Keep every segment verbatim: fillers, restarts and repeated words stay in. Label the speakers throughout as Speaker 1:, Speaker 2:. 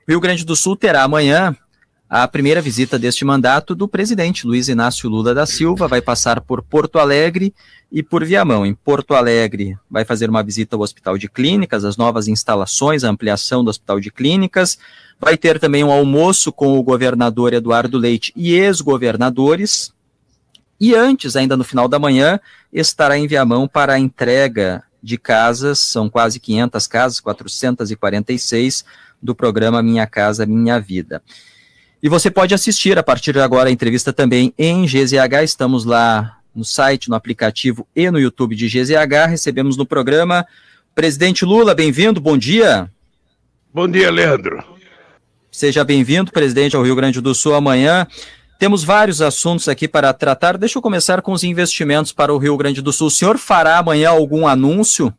Speaker 1: O Rio Grande do Sul terá amanhã a primeira visita deste mandato do presidente Luiz Inácio Lula da Silva. Vai passar por Porto Alegre e por Viamão. Em Porto Alegre vai fazer uma visita ao Hospital de Clínicas, as novas instalações, a ampliação do Hospital de Clínicas. Vai ter também um almoço com o governador Eduardo Leite e ex-governadores. E antes, ainda no final da manhã, estará em Viamão para a entrega de casas, são quase quinhentas casas, quatrocentas e quarenta e seis, do programa Minha Casa Minha Vida. E você pode assistir a partir de agora a entrevista também em G Z H, estamos lá no site, no aplicativo e no YouTube de G Z H, recebemos no programa presidente Lula, bem-vindo, bom dia.
Speaker 2: Bom dia, Leandro.
Speaker 1: Seja bem-vindo, presidente, ao Rio Grande do Sul amanhã. Temos vários assuntos aqui para tratar, deixa eu começar com os investimentos para o Rio Grande do Sul. O senhor fará amanhã algum anúncio?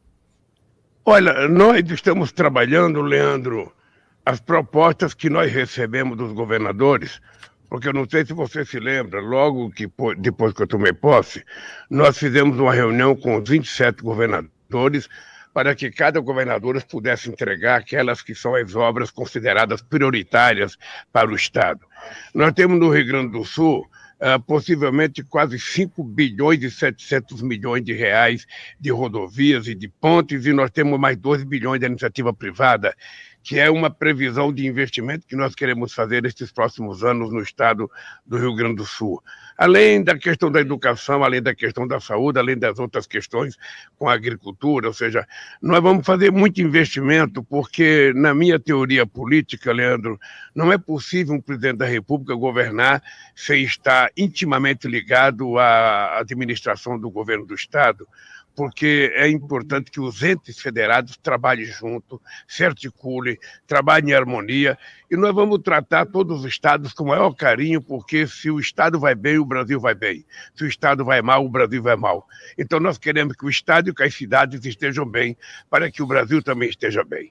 Speaker 2: Olha, nós estamos trabalhando, Leandro, as propostas que nós recebemos dos governadores, porque eu não sei se você se lembra, logo que depois que eu tomei posse, nós fizemos uma reunião com os vinte e sete governadores para que cada governador pudesse entregar aquelas que são as obras consideradas prioritárias para o Estado. Nós temos no Rio Grande do Sul uh, possivelmente quase cinco bilhões e setecentos milhões de reais de rodovias e de pontes, e nós temos mais dois bilhões de iniciativa privada, que é uma previsão de investimento que nós queremos fazer nestes próximos anos no estado do Rio Grande do Sul. Além da questão da educação, além da questão da saúde, além das outras questões com a agricultura, ou seja, nós vamos fazer muito investimento porque, na minha teoria política, Leandro, não é possível um presidente da República governar sem estar intimamente ligado à administração do governo do estado, porque é importante que os entes federados trabalhem junto, se articulem, trabalhem em harmonia, e nós vamos tratar todos os estados com o maior carinho, porque se o estado vai bem, o Brasil vai bem. Se o estado vai mal, o Brasil vai mal. Então nós queremos que o estado e que as cidades estejam bem, para que o Brasil também esteja bem.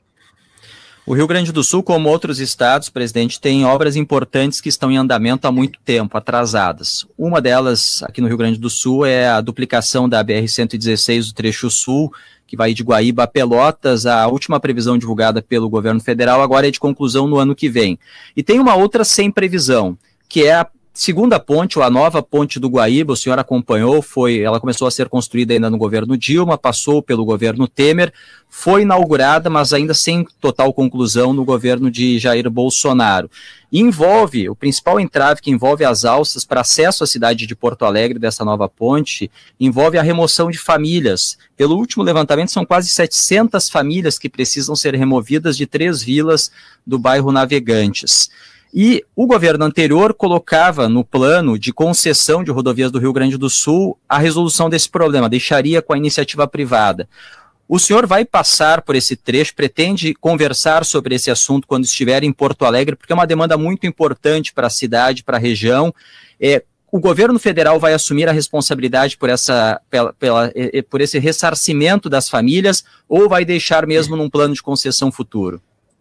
Speaker 1: O Rio Grande do Sul, como outros estados, presidente, tem obras importantes que estão em andamento há muito tempo, atrasadas. Uma delas, aqui no Rio Grande do Sul, é a duplicação da B R cento e dezesseis do trecho sul, que vai de Guaíba a Pelotas. A última previsão divulgada pelo governo federal agora é de conclusão no ano que vem. E tem uma outra sem previsão, que é a segunda ponte, ou a nova ponte do Guaíba. O senhor acompanhou, foi, ela começou a ser construída ainda no governo Dilma, passou pelo governo Temer, foi inaugurada, mas ainda sem total conclusão no governo de Jair Bolsonaro. E envolve, o principal entrave que envolve as alças para acesso à cidade de Porto Alegre dessa nova ponte, envolve a remoção de famílias. Pelo último levantamento, são quase setecentas famílias que precisam ser removidas de três vilas do bairro Navegantes. E o governo anterior colocava no plano de concessão de rodovias do Rio Grande do Sul a resolução desse problema, deixaria com a iniciativa privada. O senhor vai passar por esse trecho, pretende conversar sobre esse assunto quando estiver em Porto Alegre, porque é uma demanda muito importante para a cidade, para a região. É, o governo federal vai assumir a responsabilidade por, essa, pela, pela, por esse ressarcimento das famílias, ou vai deixar mesmo num plano de concessão futuro?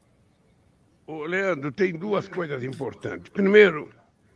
Speaker 2: Ô, Leandro, tem duas coisas importantes. Primeiro,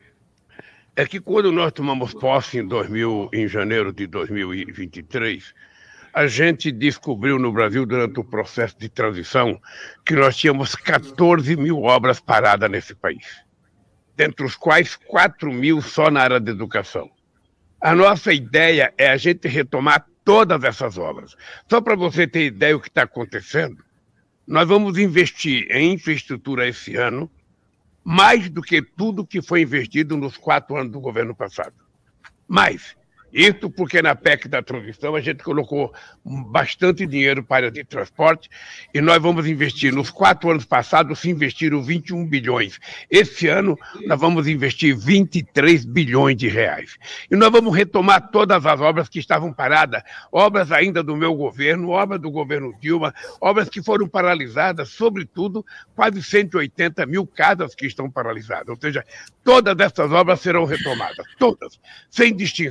Speaker 2: é que quando nós tomamos posse em, dois mil, em janeiro de dois mil e vinte e três, a gente descobriu no Brasil, durante o processo de transição, que nós tínhamos quatorze mil obras paradas nesse país, dentre os quais quatro mil só na área da educação. A nossa ideia é a gente retomar todas essas obras. Só para você ter ideia do que está acontecendo, nós vamos investir em infraestrutura esse ano, mais do que tudo que foi investido nos quatro anos do governo passado. Mais. Isso porque na P E C da transição a gente colocou bastante dinheiro para a área de transporte e nós vamos investir. Nos quatro anos passados se investiram vinte e um bilhões. Esse ano nós vamos investir vinte e três bilhões de reais. E nós vamos retomar todas as obras que estavam paradas, obras ainda do meu governo, obras do governo Dilma, obras que foram paralisadas, sobretudo quase cento e oitenta mil casas que estão paralisadas. Ou seja, todas essas obras serão retomadas, todas, sem distinção.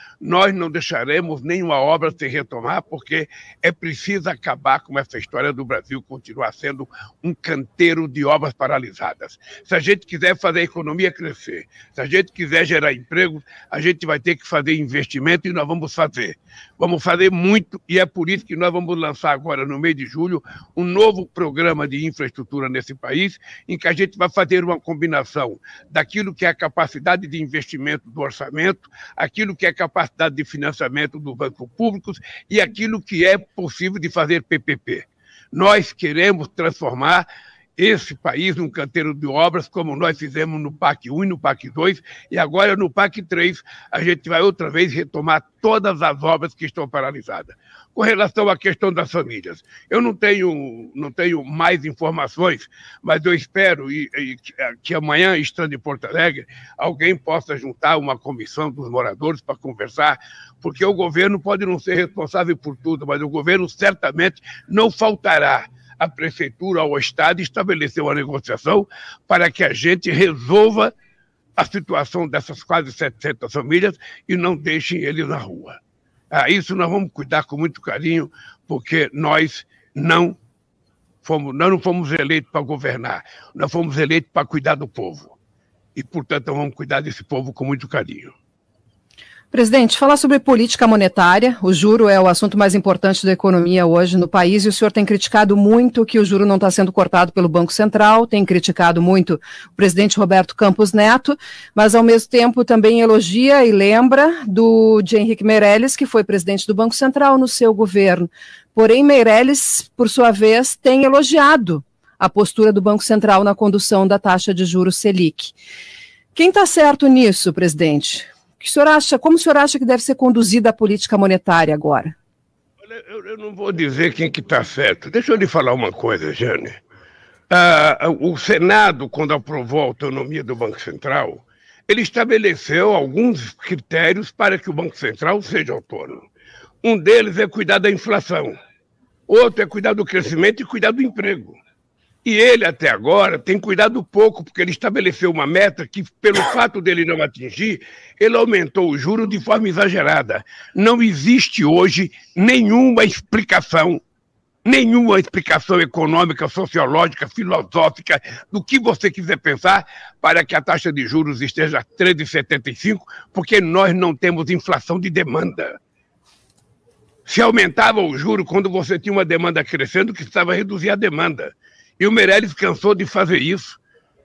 Speaker 2: nós não deixaremos nenhuma obra se retomar, porque é preciso acabar com essa história do Brasil continuar sendo um canteiro de obras paralisadas. Se a gente quiser fazer a economia crescer, se a gente quiser gerar emprego, a gente vai ter que fazer investimento e nós vamos fazer. Vamos fazer muito e é por isso que nós vamos lançar agora, no mês de julho, um novo programa de infraestrutura nesse país, em que a gente vai fazer uma combinação daquilo que é a capacidade de investimento do orçamento, aquilo que é a capacidade de financiamento dos bancos públicos e aquilo que é possível de fazer P P P. Nós queremos transformar esse país num canteiro de obras, como nós fizemos no PAC um e no PAC dois, e agora no PAC três a gente vai outra vez retomar todas as obras que estão paralisadas. Com relação à questão das famílias, eu não tenho, não tenho mais informações, mas eu espero e, e, que amanhã, estando em Porto Alegre, alguém possa juntar uma comissão dos moradores para conversar, porque o governo pode não ser responsável por tudo, mas o governo certamente não faltará a prefeitura ao Estado estabelecer uma negociação para que a gente resolva a situação dessas quase setecentas famílias e não deixem eles na rua. Ah, isso nós vamos cuidar com muito carinho, porque nós não fomos, nós não fomos eleitos para governar, nós fomos eleitos para cuidar do povo. E, portanto, nós vamos cuidar desse povo com muito carinho.
Speaker 3: Presidente, falar sobre política monetária, o juro é o assunto mais importante da economia hoje no país e o senhor tem criticado muito que o juro não está sendo cortado pelo Banco Central, tem criticado muito o presidente Roberto Campos Neto, mas ao mesmo tempo também elogia e lembra do de Henrique Meirelles, que foi presidente do Banco Central no seu governo. Porém, Meirelles, por sua vez, tem elogiado a postura do Banco Central na condução da taxa de juros Selic. Quem está certo nisso, presidente? O que o senhor acha, como o senhor acha que deve ser conduzida a política monetária agora?
Speaker 2: Olha, eu, eu não vou dizer quem que está certo. Deixa eu lhe falar uma coisa, Jane. Ah, o Senado, quando aprovou a autonomia do Banco Central, ele estabeleceu alguns critérios para que o Banco Central seja autônomo. Um deles é cuidar da inflação. Outro é cuidar do crescimento e cuidar do emprego. E ele, até agora, tem cuidado pouco, porque ele estabeleceu uma meta que, pelo fato dele não atingir, ele aumentou o juro de forma exagerada. Não existe hoje nenhuma explicação, nenhuma explicação econômica, sociológica, filosófica, do que você quiser pensar, para que a taxa de juros esteja a treze vírgula setenta e cinco, porque nós não temos inflação de demanda. Se aumentava o juro quando você tinha uma demanda crescendo, que precisava reduzir a demanda. E o Meirelles cansou de fazer isso.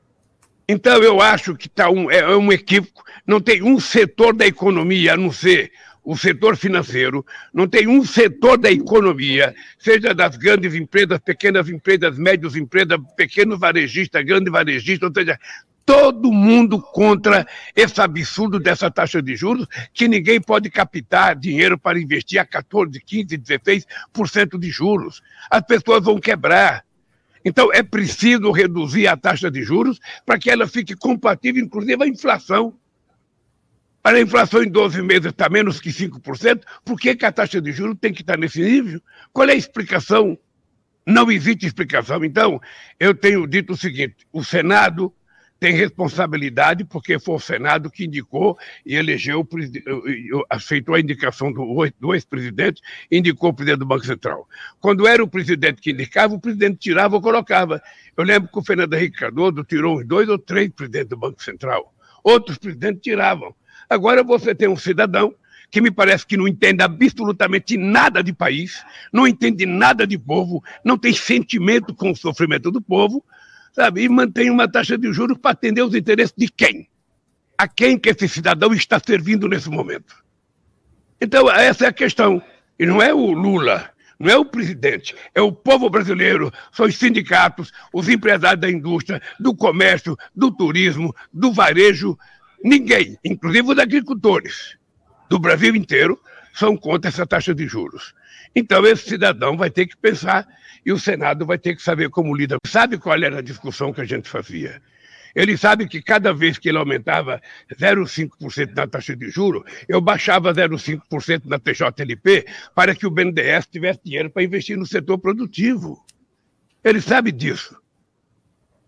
Speaker 2: Então, eu acho que tá um, é um equívoco. Não tem um setor da economia, a não ser o setor financeiro, não tem um setor da economia, seja das grandes empresas, pequenas empresas, médias empresas, pequenos varejistas, grandes varejistas, ou seja, todo mundo contra esse absurdo dessa taxa de juros, que ninguém pode captar dinheiro para investir a quatorze, quinze, dezesseis por cento de juros. As pessoas vão quebrar. Então, é preciso reduzir a taxa de juros para que ela fique compatível, inclusive, à inflação. Para a inflação em doze meses está menos que cinco por cento, por que que a taxa de juros tem que estar nesse nível? Qual é a explicação? Não existe explicação. Então, eu tenho dito o seguinte, o Senado tem responsabilidade, porque foi o Senado que indicou e elegeu, aceitou a indicação do ex-presidente e indicou o presidente do Banco Central. Quando era o presidente que indicava, o presidente tirava ou colocava. Eu lembro que o Fernando Henrique Cardoso tirou uns dois ou três presidentes do Banco Central. Outros presidentes tiravam. Agora você tem um cidadão que me parece que não entende absolutamente nada de país, não entende nada de povo, não tem sentimento com o sofrimento do povo, sabe? E mantém uma taxa de juros para atender os interesses de quem? A quem que esse cidadão está servindo nesse momento? Então, essa é a questão. E não é o Lula, não é o presidente, é o povo brasileiro, são os sindicatos, os empresários da indústria, do comércio, do turismo, do varejo. Ninguém, inclusive os agricultores do Brasil inteiro, são contra essa taxa de juros. Então, esse cidadão vai ter que pensar e o Senado vai ter que saber como lida. Sabe qual era a discussão que a gente fazia? Ele sabe que cada vez que ele aumentava zero vírgula cinco por cento na taxa de juros, eu baixava zero vírgula cinco por cento na T J L P para que o B N D E S tivesse dinheiro para investir no setor produtivo. Ele sabe disso.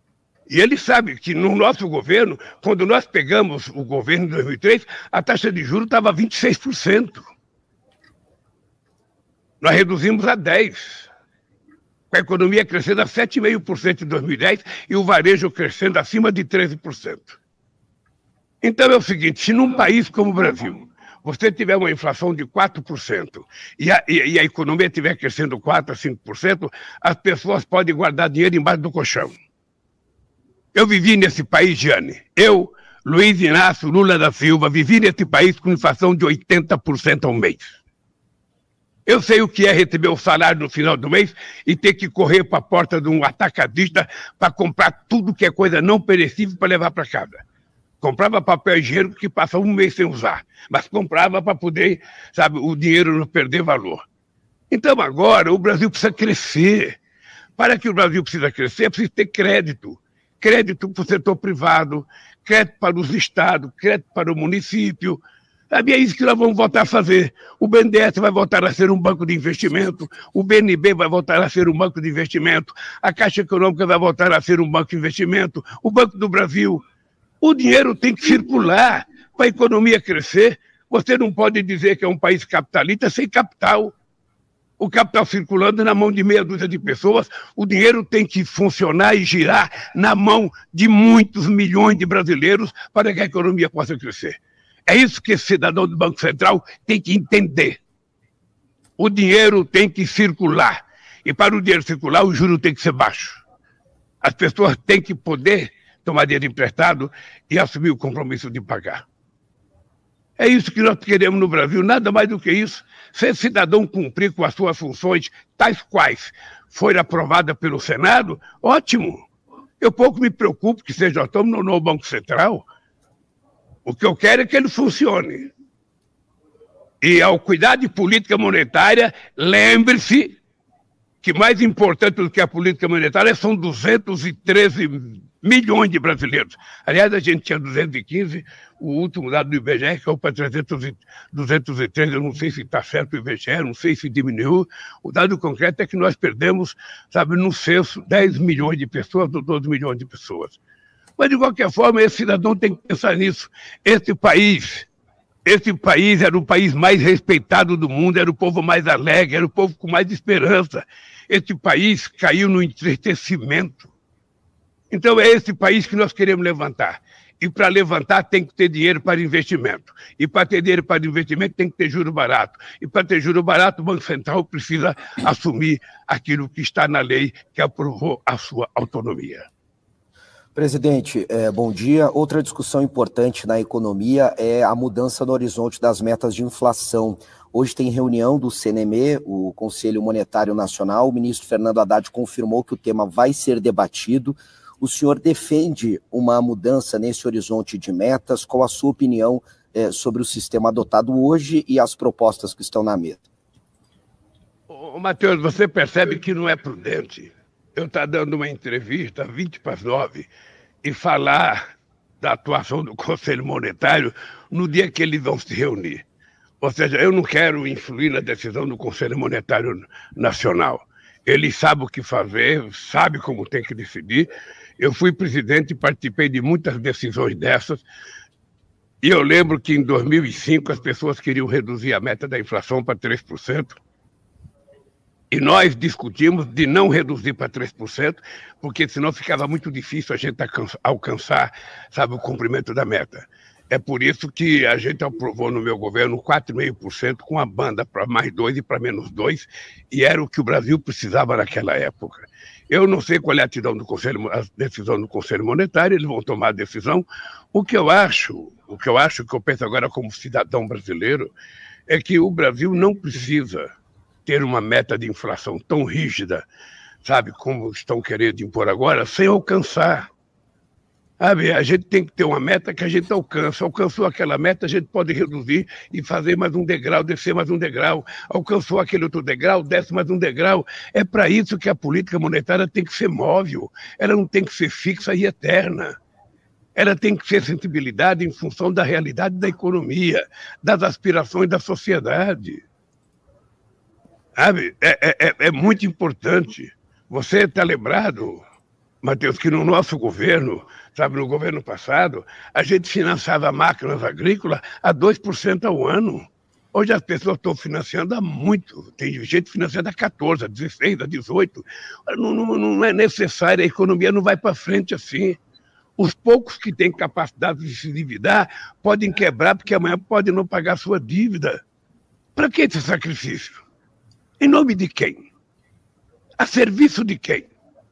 Speaker 2: E ele sabe que no nosso governo, quando nós pegamos o governo em dois mil e três, a taxa de juros estava vinte e seis por cento. Nós reduzimos a dez por cento. Com a economia crescendo a sete vírgula cinco por cento em dois mil e dez e o varejo crescendo acima de treze por cento. Então é o seguinte, se num país como o Brasil, você tiver uma inflação de quatro por cento e a, e, e a economia estiver crescendo quatro a cinco por cento, as pessoas podem guardar dinheiro embaixo do colchão. Eu vivi nesse país, Jane. Eu, Luiz Inácio Lula da Silva, vivi nesse país com inflação de oitenta por cento ao mês. Eu sei o que é receber o salário no final do mês e ter que correr para a porta de um atacadista para comprar tudo que é coisa não perecível para levar para casa. Comprava papel higiênico que passa um mês sem usar, mas comprava para poder, sabe, o dinheiro não perder valor. Então agora o Brasil precisa crescer. Para que o Brasil precisa crescer, precisa ter crédito. Crédito para o setor privado, crédito para os estados, crédito para o município. Sabe, é isso que nós vamos voltar a fazer. O B N D E S vai voltar a ser um banco de investimento, o B N B vai voltar a ser um banco de investimento, a Caixa Econômica vai voltar a ser um banco de investimento, o Banco do Brasil. O dinheiro tem que circular para a economia crescer. Você não pode dizer que é um país capitalista sem capital. O capital circulando na mão de meia dúzia de pessoas, o dinheiro tem que funcionar e girar na mão de muitos milhões de brasileiros para que a economia possa crescer. É isso que esse cidadão do Banco Central tem que entender. O dinheiro tem que circular. E para o dinheiro circular, o juro tem que ser baixo. As pessoas têm que poder tomar dinheiro emprestado e assumir o compromisso de pagar. É isso que nós queremos no Brasil, nada mais do que isso. Se esse cidadão cumprir com as suas funções, tais quais foram aprovadas pelo Senado, ótimo. Eu pouco me preocupo que seja autônomo no novo Banco Central. O que eu quero é que ele funcione. E ao cuidar de política monetária, lembre-se que mais importante do que a política monetária são duzentos e treze milhões de brasileiros. Aliás, a gente tinha duzentos e quinze, o último dado do I B G E caiu para duzentos e treze, eu não sei se está certo o I B G E, não sei se diminuiu. O dado concreto é que nós perdemos, sabe, no censo, dez milhões de pessoas, ou doze milhões de pessoas. Mas, de qualquer forma, esse cidadão tem que pensar nisso. Esse país, esse país era o país mais respeitado do mundo, era o povo mais alegre, era o povo com mais esperança. Esse país caiu no entristecimento. Então, é esse país que nós queremos levantar. E para levantar tem que ter dinheiro para investimento. E para ter dinheiro para investimento tem que ter juro barato. E para ter juro barato, o Banco Central precisa assumir aquilo que está na lei que aprovou a sua autonomia.
Speaker 4: Presidente, é, bom dia. Outra discussão importante na economia é a mudança no horizonte das metas de inflação. Hoje tem reunião do C N M E, o Conselho Monetário Nacional. O ministro Fernando Haddad confirmou que o tema vai ser debatido. O senhor defende uma mudança nesse horizonte de metas? Qual a sua opinião é, sobre o sistema adotado hoje e as propostas que estão na mesa?
Speaker 2: Ô, Matheus, você percebe que não é prudente eu estar dando uma entrevista vinte para as nove e falar da atuação do Conselho Monetário no dia que eles vão se reunir. Ou seja, eu não quero influir na decisão do Conselho Monetário Nacional. Ele sabe o que fazer, sabe como tem que decidir. Eu fui presidente e participei de muitas decisões dessas. E eu lembro que em dois mil e cinco as pessoas queriam reduzir a meta da inflação para três por cento. E nós discutimos de não reduzir para três por cento, porque senão ficava muito difícil a gente alcançar, sabe, o cumprimento da meta. É por isso que a gente aprovou no meu governo quatro vírgula cinco por cento com a banda para mais dois e para menos dois, e era o que o Brasil precisava naquela época. Eu não sei qual é a decisão do Conselho, a decisão do Conselho Monetário, eles vão tomar a decisão. O que eu acho, o que eu acho, que eu penso agora como cidadão brasileiro, é que o Brasil não precisa ter uma meta de inflação tão rígida, sabe, como estão querendo impor agora, sem alcançar. Sabe, a gente tem que ter uma meta que a gente alcança. Alcançou aquela meta, a gente pode reduzir e fazer mais um degrau, descer mais um degrau. Alcançou aquele outro degrau, desce mais um degrau. É para isso que a política monetária tem que ser móvel. Ela não tem que ser fixa e eterna. Ela tem que ser sensibilidade em função da realidade da economia, das aspirações da sociedade. Sabe? É, é, é muito importante. Você está lembrado, Matheus, que no nosso governo, sabe, no governo passado, a gente financiava máquinas agrícolas a dois por cento ao ano. Hoje as pessoas estão financiando há muito. Tem gente financiando a quatorze, a dezesseis, a dezoito. Não, não, não é necessário, a economia não vai para frente assim. Os poucos que têm capacidade de se endividar podem quebrar porque amanhã podem não pagar sua dívida. Para que esse sacrifício? Em nome de quem? A serviço de quem?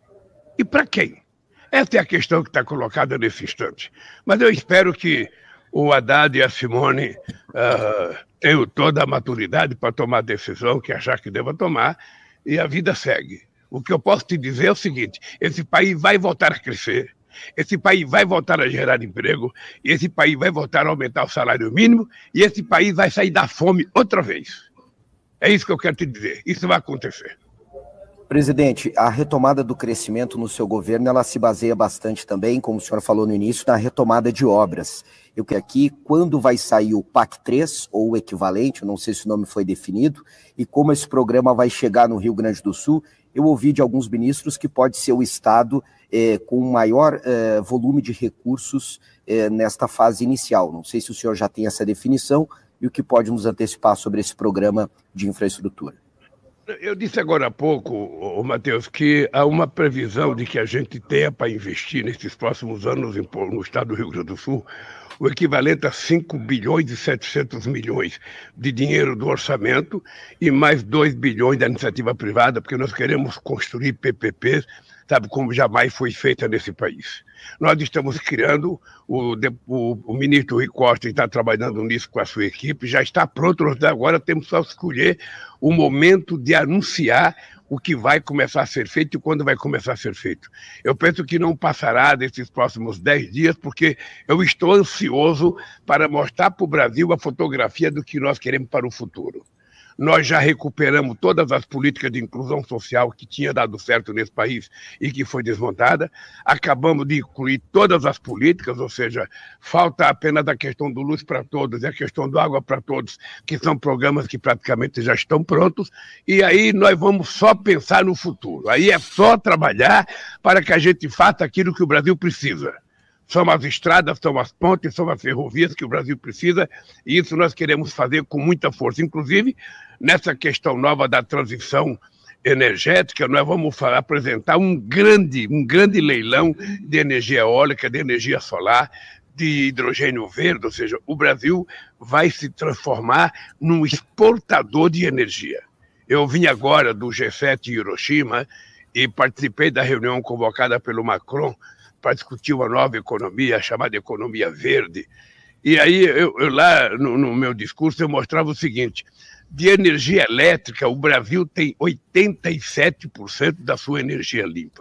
Speaker 2: E para quem? Essa é a questão que está colocada nesse instante. Mas eu espero que o Haddad e a Simone uh, tenham toda a maturidade para tomar a decisão que achar que deva tomar, e a vida segue. O que eu posso te dizer é o seguinte: esse país vai voltar a crescer, esse país vai voltar a gerar emprego, e esse país vai voltar a aumentar o salário mínimo, e esse país vai sair da fome outra vez. É isso que eu quero te dizer. Isso vai acontecer.
Speaker 4: Presidente, a retomada do crescimento no seu governo, ela se baseia bastante também, como o senhor falou no início, na retomada de obras. Eu quero aqui, quando vai sair o P A C três, ou o equivalente, eu não sei se o nome foi definido, e como esse programa vai chegar no Rio Grande do Sul. Eu ouvi de alguns ministros que pode ser o estado eh, com maior eh, volume de recursos eh, nesta fase inicial. Não sei se o senhor já tem essa definição e o que pode nos antecipar sobre esse programa de infraestrutura.
Speaker 2: Eu disse agora há pouco, Matheus, que há uma previsão de que a gente tenha para investir nesses próximos anos no estado do Rio Grande do Sul o equivalente a cinco bilhões e setecentos milhões de dinheiro do orçamento e mais dois bilhões da iniciativa privada, porque nós queremos construir P P Ps, sabe, como jamais foi feita nesse país. Nós estamos criando, o, o, o ministro Rui Costa está trabalhando nisso com a sua equipe, já está pronto, nós agora temos só que escolher o momento de anunciar o que vai começar a ser feito e quando vai começar a ser feito. Eu penso que não passará desses próximos dez dias, porque eu estou ansioso para mostrar para o Brasil a fotografia do que nós queremos para o futuro. Nós já recuperamos todas as políticas de inclusão social que tinha dado certo nesse país e que foi desmontada. Acabamos de incluir todas as políticas, ou seja, falta apenas a questão do Luz para Todos e a questão do Água para Todos, que são programas que praticamente já estão prontos. E aí nós vamos só pensar no futuro. Aí é só trabalhar para que a gente faça aquilo que o Brasil precisa. São as estradas, são as pontes, são as ferrovias que o Brasil precisa, e isso nós queremos fazer com muita força. Inclusive, nessa questão nova da transição energética, nós vamos falar, apresentar um grande, um grande leilão de energia eólica, de energia solar, de hidrogênio verde, ou seja, o Brasil vai se transformar num exportador de energia. Eu vim agora do G sete em Hiroshima e participei da reunião convocada pelo Macron para discutir uma nova economia, chamada economia verde. E aí, eu, eu lá no, no meu discurso, eu mostrava o seguinte: de energia elétrica, o Brasil tem oitenta e sete por cento da sua energia limpa.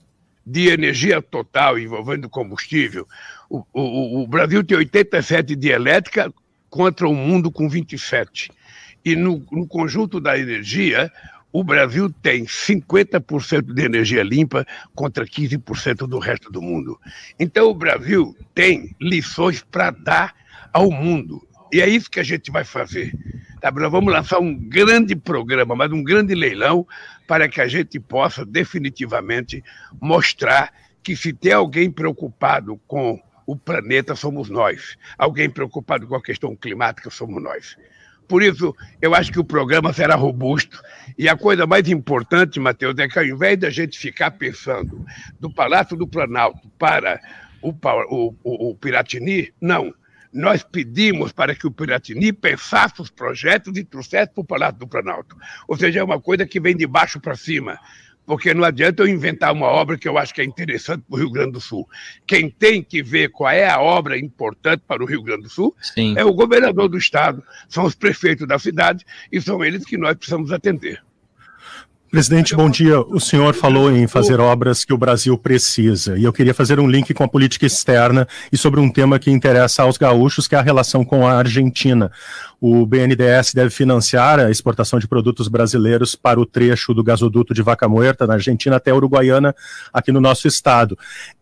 Speaker 2: De energia total envolvendo combustível, o, o, o Brasil tem oitenta e sete por cento de elétrica contra o mundo com vinte e sete por cento. E no, no conjunto da energia, o Brasil tem cinquenta por cento de energia limpa contra quinze por cento do resto do mundo. Então o Brasil tem lições para dar ao mundo. E é isso que a gente vai fazer. Tá? Nós vamos lançar um grande programa, mas um grande leilão, para que a gente possa definitivamente mostrar que se tem alguém preocupado com o planeta, somos nós. Alguém preocupado com a questão climática, somos nós. Por isso, eu acho que o programa será robusto. E a coisa mais importante, Matheus, é que ao invés da gente ficar pensando do Palácio do Planalto para o, o, o, o Piratini, não. Nós pedimos para que o Piratini pensasse os projetos e trouxesse para o Palácio do Planalto. Ou seja, é uma coisa que vem de baixo para cima. Porque não adianta eu inventar uma obra que eu acho que é interessante para o Rio Grande do Sul. Quem tem que ver qual é a obra importante para o Rio Grande do Sul Sim. é o governador do estado, são os prefeitos da cidade e são eles que nós precisamos atender.
Speaker 5: Presidente, bom dia. O senhor falou em fazer obras que o Brasil precisa, e eu queria fazer um link com a política externa e sobre um tema que interessa aos gaúchos, que é a relação com a Argentina. O B N D E S deve financiar a exportação de produtos brasileiros para o trecho do gasoduto de Vaca Muerta, na Argentina, até a Uruguaiana, aqui no nosso estado.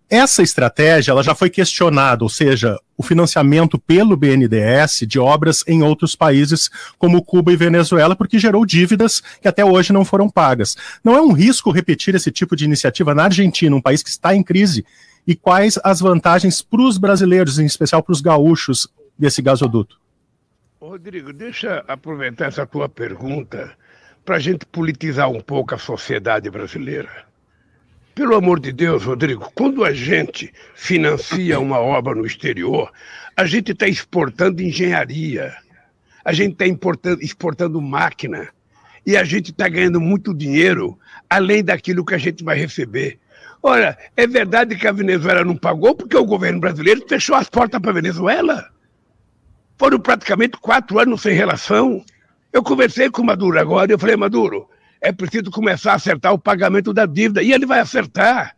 Speaker 5: Essa estratégia ela já foi questionada, ou seja, o financiamento pelo B N D E S de obras em outros países como Cuba e Venezuela, porque gerou dívidas que até hoje não foram pagas. Não é um risco repetir esse tipo de iniciativa na Argentina, um país que está em crise? E quais as vantagens para os brasileiros, em especial para os gaúchos, desse gasoduto?
Speaker 2: Rodrigo, deixa aproveitar essa tua pergunta para a gente politizar um pouco a sociedade brasileira. Pelo amor de Deus, Rodrigo, quando a gente financia uma obra no exterior, a gente está exportando engenharia, a gente está exportando máquina e a gente está ganhando muito dinheiro além daquilo que a gente vai receber. Ora, é verdade que a Venezuela não pagou porque o governo brasileiro fechou as portas para a Venezuela? Foram praticamente quatro anos sem relação. Eu conversei com o Maduro agora e eu falei, Maduro, é preciso começar a acertar o pagamento da dívida. E ele vai acertar.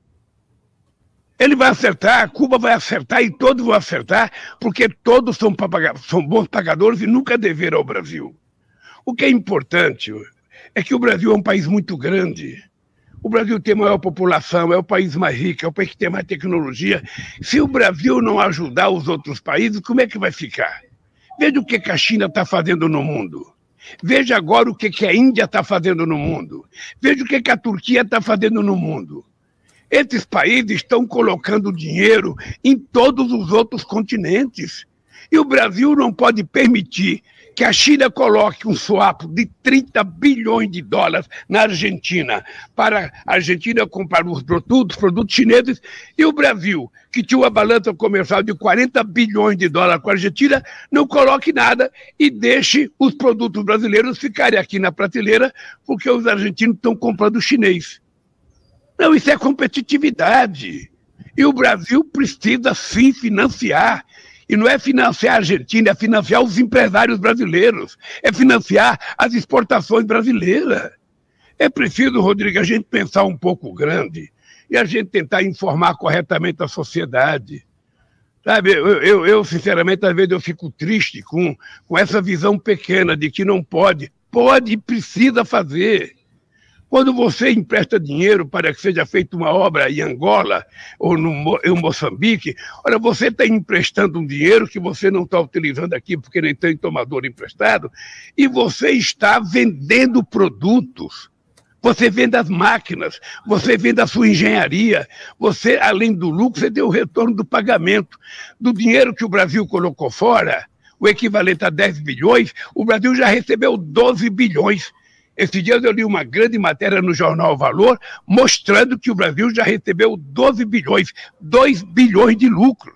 Speaker 2: Ele vai acertar, Cuba vai acertar e todos vão acertar, porque todos são, são bons pagadores e nunca deveram ao Brasil. O que é importante é que o Brasil é um país muito grande. O Brasil tem a maior população, é o país mais rico, é o país que tem mais tecnologia. Se o Brasil não ajudar os outros países, como é que vai ficar? Veja o que a China está fazendo no mundo. Veja agora o que a Índia está fazendo no mundo. Veja o que a Turquia está fazendo no mundo. Esses países estão colocando dinheiro em todos os outros continentes. E o Brasil não pode permitir que a China coloque um swap de trinta bilhões de dólares na Argentina para a Argentina comprar os produtos, produtos chineses, e o Brasil, que tinha uma balança comercial de quarenta bilhões de dólares com a Argentina, não coloque nada e deixe os produtos brasileiros ficarem aqui na prateleira porque os argentinos estão comprando chinês. Não, isso é competitividade. E o Brasil precisa sim financiar. E não é financiar a Argentina, é financiar os empresários brasileiros, é financiar as exportações brasileiras. É preciso, Rodrigo, a gente pensar um pouco grande e a gente tentar informar corretamente a sociedade. Sabe, eu, eu, eu sinceramente, às vezes eu fico triste com, com essa visão pequena de que não pode. Pode e precisa fazer. Quando você empresta dinheiro para que seja feita uma obra em Angola ou no, em Moçambique, olha, você está emprestando um dinheiro que você não está utilizando aqui porque nem tem tomador emprestado, e você está vendendo produtos. Você vende as máquinas, você vende a sua engenharia, você, além do lucro, você tem o retorno do pagamento. Do dinheiro que o Brasil colocou fora, o equivalente a dez bilhões, o Brasil já recebeu doze bilhões. Esses dias eu li uma grande matéria no jornal Valor, mostrando que o Brasil já recebeu doze bilhões, dois bilhões de lucros.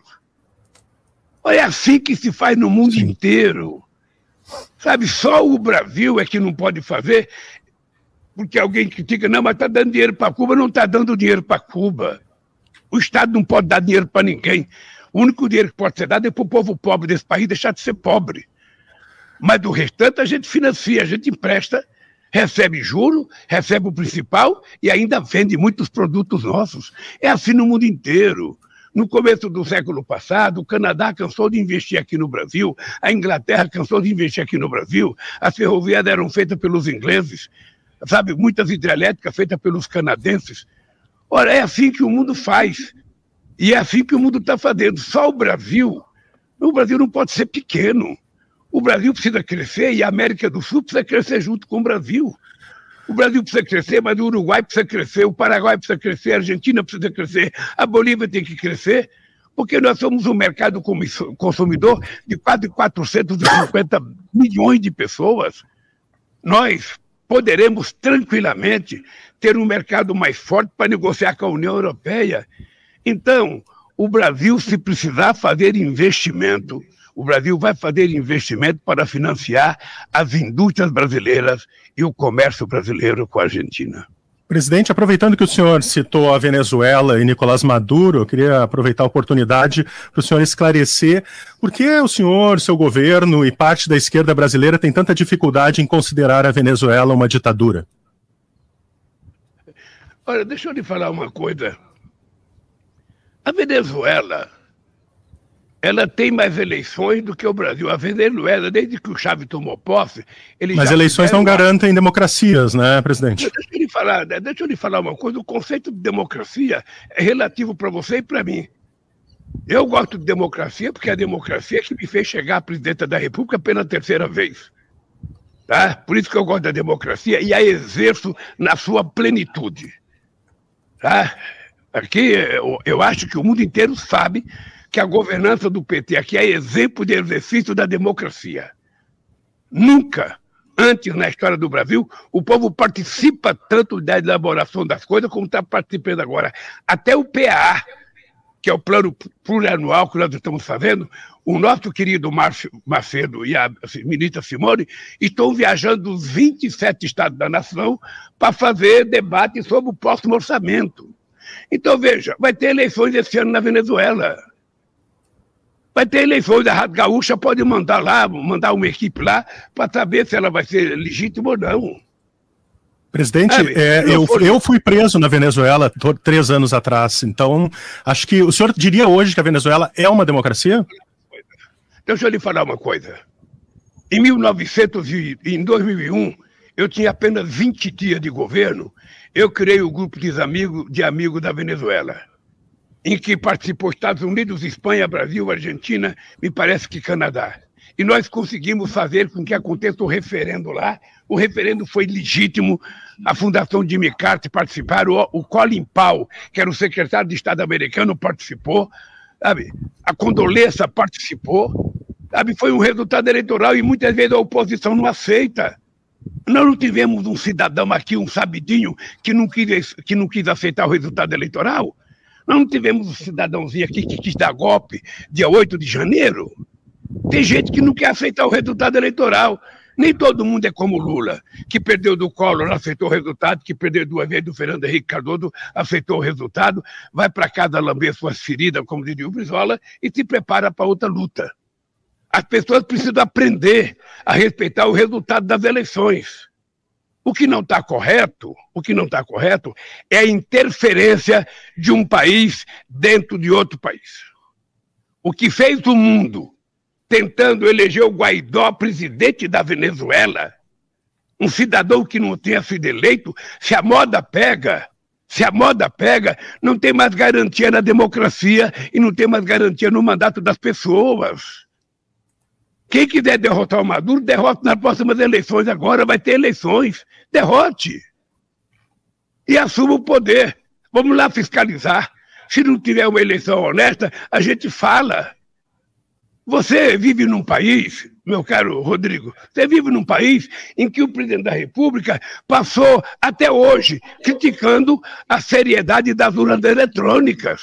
Speaker 2: É assim que se faz no mundo Sim. inteiro. Sabe, só o Brasil é que não pode fazer, porque alguém critica, não, mas está dando dinheiro para Cuba, não está dando dinheiro para Cuba. O Estado não pode dar dinheiro para ninguém. O único dinheiro que pode ser dado é para o povo pobre desse país deixar de ser pobre. Mas do restante a gente financia, a gente empresta, recebe juro, recebe o principal e ainda vende muitos produtos nossos. É assim no mundo inteiro. No começo do século passado, o Canadá cansou de investir aqui no Brasil, a Inglaterra cansou de investir aqui no Brasil, as ferrovias eram feitas pelos ingleses, sabe, muitas hidrelétricas feitas pelos canadenses. Ora, é assim que o mundo faz. E é assim que o mundo está fazendo. Só o Brasil, o Brasil não pode ser pequeno. O Brasil precisa crescer e a América do Sul precisa crescer junto com o Brasil. O Brasil precisa crescer, mas o Uruguai precisa crescer, o Paraguai precisa crescer, a Argentina precisa crescer, a Bolívia tem que crescer, porque nós somos um mercado consumidor de quase quatrocentos e cinquenta milhões de pessoas. Nós poderemos tranquilamente ter um mercado mais forte para negociar com a União Europeia. Então, o Brasil, se precisar fazer investimento, o Brasil vai fazer investimento para financiar as indústrias brasileiras e o comércio brasileiro com a Argentina.
Speaker 5: Presidente, aproveitando que o senhor citou a Venezuela e Nicolás Maduro, eu queria aproveitar a oportunidade para o senhor esclarecer por que o senhor, seu governo e parte da esquerda brasileira tem tanta dificuldade em considerar a Venezuela uma ditadura.
Speaker 2: Olha, deixa eu lhe falar uma coisa. A Venezuela ela tem mais eleições do que o Brasil. A Venezuela, desde que o Chávez tomou posse... Ele
Speaker 5: Mas eleições não garantem democracias, né, presidente?
Speaker 2: Deixa eu lhe falar, deixa eu lhe falar uma coisa. O conceito de democracia é relativo para você e para mim. Eu gosto de democracia porque é a democracia que me fez chegar à presidência da República pela terceira vez. Tá? Por isso que eu gosto da democracia e a exerço na sua plenitude. Tá? Aqui, eu, eu acho que o mundo inteiro sabe que a governança do P T aqui é exemplo de exercício da democracia. Nunca, antes na história do Brasil, o povo participa tanto da elaboração das coisas como está participando agora. Até o P A A, que é o plano plurianual que nós estamos fazendo, o nosso querido Márcio Macedo e a ministra Simone estão viajando dos vinte e sete estados da nação para fazer debate sobre o próximo orçamento. Então, veja, vai ter eleições esse ano na Venezuela. Vai ter eleições, a Rádio Gaúcha pode mandar lá, mandar uma equipe lá para saber se ela vai ser legítima ou não.
Speaker 5: Presidente, é, eu, eu fui preso na Venezuela três anos atrás, então acho que o senhor diria hoje que a Venezuela é uma democracia?
Speaker 2: Deixa eu lhe falar uma coisa. Em mil e novecentos e em dois mil e um, eu tinha apenas vinte dias de governo, eu criei o grupo de amigos, de amigos da Venezuela, em que participou Estados Unidos, Espanha, Brasil, Argentina, me parece que Canadá. E nós conseguimos fazer com que aconteça o referendo lá. O referendo foi legítimo, a Fundação Jimmy Carter participaram, o, o Colin Powell, que era o secretário de Estado americano, participou, sabe? A Condoleezza participou, sabe? Foi um resultado eleitoral e muitas vezes a oposição não aceita. Nós não tivemos um cidadão aqui, um sabidinho, que não quis, que não quis aceitar o resultado eleitoral. Nós não tivemos um cidadãozinho aqui que quis dar golpe dia oito de janeiro. Tem gente que não quer aceitar o resultado eleitoral. Nem todo mundo é como Lula, que perdeu do Collor, aceitou o resultado, que perdeu duas vezes do Fernando Henrique Cardoso, aceitou o resultado, vai para casa lamber suas feridas, como diria o Brizola, e se prepara para outra luta. As pessoas precisam aprender a respeitar o resultado das eleições. O que não está correto, o que não está correto é a interferência de um país dentro de outro país. O que fez o mundo tentando eleger o Guaidó presidente da Venezuela, um cidadão que não tenha sido eleito, se a moda pega, se a moda pega, não tem mais garantia na democracia e não tem mais garantia no mandato das pessoas. Quem quiser derrotar o Maduro, derrote nas próximas eleições agora, vai ter eleições. Derrote. E assuma o poder. Vamos lá fiscalizar. Se não tiver uma eleição honesta, a gente fala. Você vive num país, meu caro Rodrigo, você vive num país em que o presidente da República passou até hoje criticando a seriedade das urnas eletrônicas.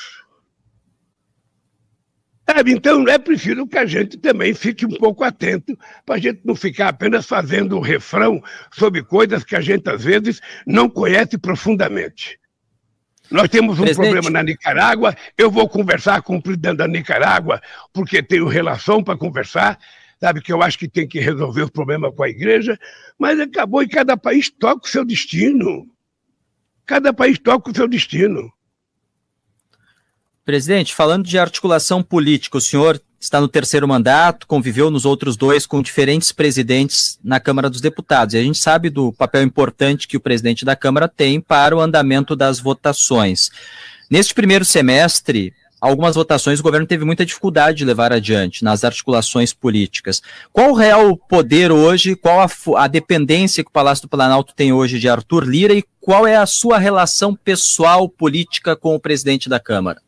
Speaker 2: Então é preciso que a gente também fique um pouco atento para a gente não ficar apenas fazendo um refrão sobre coisas que a gente às vezes não conhece profundamente. Nós temos um Presidente. problema na Nicarágua, eu vou conversar com o presidente da Nicarágua, porque tenho relação para conversar, sabe, que eu acho que tem que resolver o problema com a igreja, mas acabou e cada país toca o seu destino. Cada país toca o seu destino.
Speaker 1: Presidente, falando de articulação política, o senhor está no terceiro mandato, conviveu nos outros dois com diferentes presidentes na Câmara dos Deputados, e a gente sabe do papel importante que o presidente da Câmara tem para o andamento das votações. Neste primeiro semestre, algumas votações o governo teve muita dificuldade de levar adiante nas articulações políticas. Qual o real poder hoje, qual a, a dependência que o Palácio do Planalto tem hoje de Arthur Lira e qual é a sua relação pessoal política com o presidente da Câmara?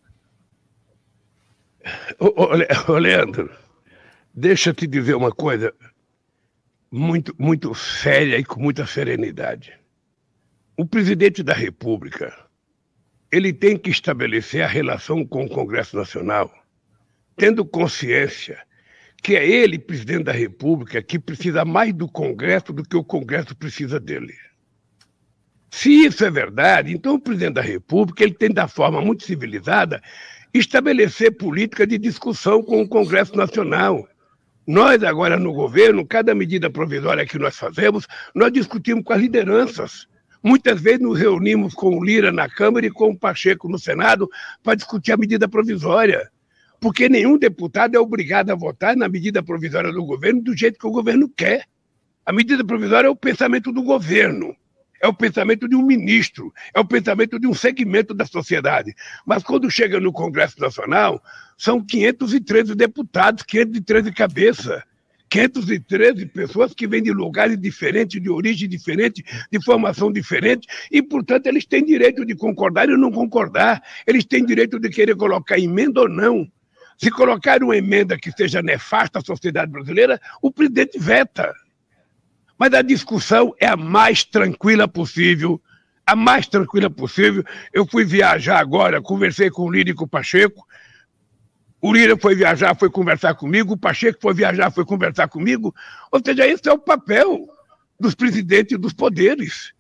Speaker 2: Ô, ô, ô, Leandro, deixa eu te dizer uma coisa muito, muito séria e com muita serenidade. O presidente da República, ele tem que estabelecer a relação com o Congresso Nacional, tendo consciência que é ele, presidente da República, que precisa mais do Congresso do que o Congresso precisa dele. Se isso é verdade, então o presidente da República ele tem, da forma muito civilizada, estabelecer política de discussão com o Congresso Nacional. Nós, agora no governo, cada medida provisória que nós fazemos, nós discutimos com as lideranças. Muitas vezes nos reunimos com o Lira na Câmara e com o Pacheco no Senado para discutir a medida provisória. porque nenhum deputado é obrigado a votar na medida provisória do governo do jeito que o governo quer. A medida provisória é o pensamento do governo, é o pensamento de um ministro, é o pensamento de um segmento da sociedade. Mas quando chega no Congresso Nacional, são quinhentos e treze deputados, quinhentos e treze cabeças, quinhentas e treze pessoas que vêm de lugares diferentes, de origem diferente, de formação diferente, e, portanto, eles têm direito de concordar ou não concordar, eles têm direito de querer colocar emenda ou não. Se colocar uma emenda que seja nefasta à sociedade brasileira, o presidente veta. Mas a discussão é a mais tranquila possível, a mais tranquila possível. Eu fui viajar agora, conversei com o Lira e com o Pacheco. O Lira foi viajar, foi conversar comigo, o Pacheco foi viajar, foi conversar comigo. Ou seja, esse é o papel dos presidentes dos poderes.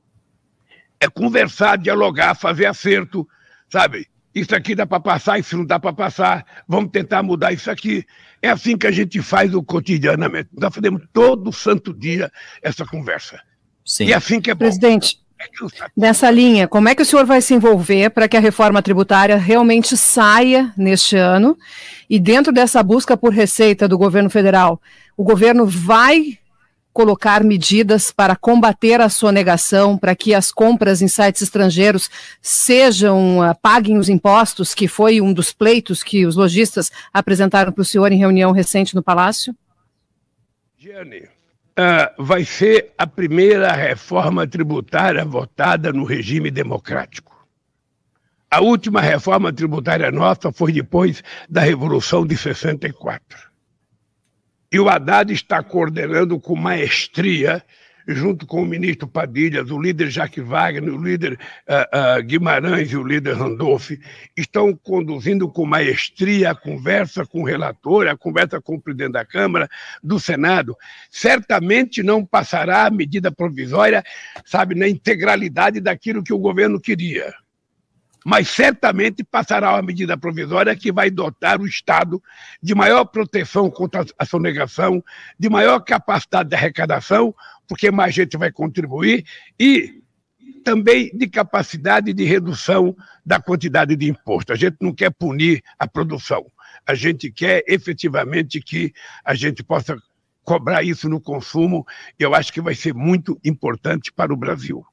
Speaker 2: É conversar, dialogar, fazer acerto, sabe? Isso aqui dá para passar, isso não dá para passar, vamos tentar mudar isso aqui. É assim que a gente faz o cotidianamente. Nós fazemos todo santo dia essa conversa.
Speaker 1: Sim.
Speaker 2: E é assim que é bom.
Speaker 3: Presidente, nessa linha, como é que o senhor vai se envolver para que a reforma tributária realmente saia neste ano? E dentro dessa busca por receita do governo federal, o governo vai colocar medidas para combater a sonegação, para que as compras em sites estrangeiros sejam, uh, paguem os impostos, que foi um dos pleitos que os lojistas apresentaram para o senhor em reunião recente no Palácio?
Speaker 2: Giane, uh, vai ser a primeira reforma tributária votada no regime democrático. A última reforma tributária nossa foi depois da Revolução de sessenta e quatro. E o Haddad está coordenando com maestria, junto com o ministro Padilha, o líder Jacques Wagner, o líder uh, uh, Guimarães e o líder Randolph, estão conduzindo com maestria a conversa com o relator, a conversa com o presidente da Câmara, do Senado. Certamente não passará a medida provisória, sabe, na integralidade daquilo que o governo queria. Mas certamente passará uma medida provisória que vai dotar o Estado de maior proteção contra a sonegação, de maior capacidade de arrecadação, porque mais gente vai contribuir, e também de capacidade de redução da quantidade de imposto. A gente não quer punir a produção, a gente quer efetivamente que a gente possa cobrar isso no consumo, e eu acho que vai ser muito importante para o Brasil.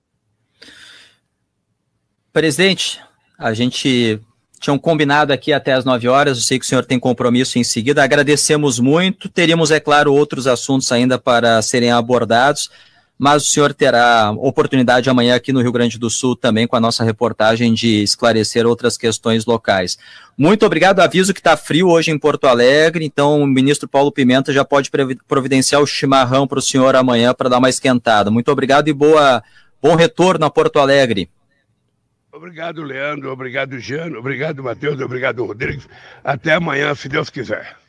Speaker 1: Presidente, a gente tinha um combinado aqui até as nove horas, eu sei que o senhor tem compromisso em seguida, agradecemos muito, teríamos, é claro, outros assuntos ainda para serem abordados, mas o senhor terá oportunidade amanhã aqui no Rio Grande do Sul também com a nossa reportagem de esclarecer outras questões locais. Muito obrigado, aviso que está frio hoje em Porto Alegre, então o ministro Paulo Pimenta já pode providenciar o chimarrão para o senhor amanhã para dar uma esquentada. Muito obrigado e boa, bom retorno a Porto Alegre.
Speaker 2: Obrigado, Leandro. Obrigado, Jano. Obrigado, Matheus. Obrigado, Rodrigues. Até amanhã, se Deus quiser.